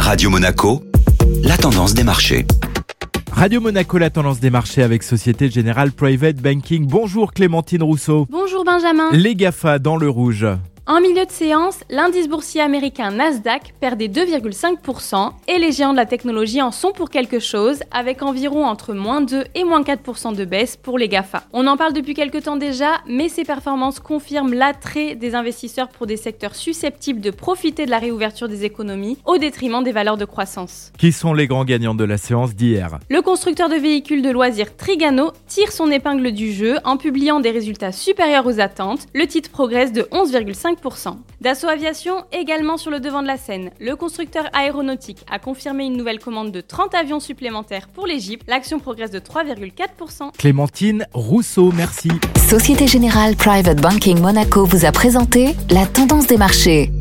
Radio Monaco, la tendance des marchés. Radio Monaco, la tendance des marchés avec Société Générale Private Banking. Bonjour Clémentine Rousseau. Bonjour Benjamin. Les GAFA dans le rouge. En milieu de séance, l'indice boursier américain Nasdaq perdait 2,5% et les géants de la technologie en sont pour quelque chose, avec environ entre moins 2 et moins 4% de baisse pour les GAFA. On en parle depuis quelques temps déjà, mais ces performances confirment l'attrait des investisseurs pour des secteurs susceptibles de profiter de la réouverture des économies au détriment des valeurs de croissance. Qui sont les grands gagnants de la séance d'hier? Le constructeur de véhicules de loisirs Trigano tire son épingle du jeu en publiant des résultats supérieurs aux attentes. Le titre progresse de 11,5%. Dassault Aviation également sur le devant de la scène. Le constructeur aéronautique a confirmé une nouvelle commande de 30 avions supplémentaires pour l'Égypte. L'action progresse de 3,4%. Clémentine Rousseau, merci. Société Générale Private Banking Monaco vous a présenté la tendance des marchés.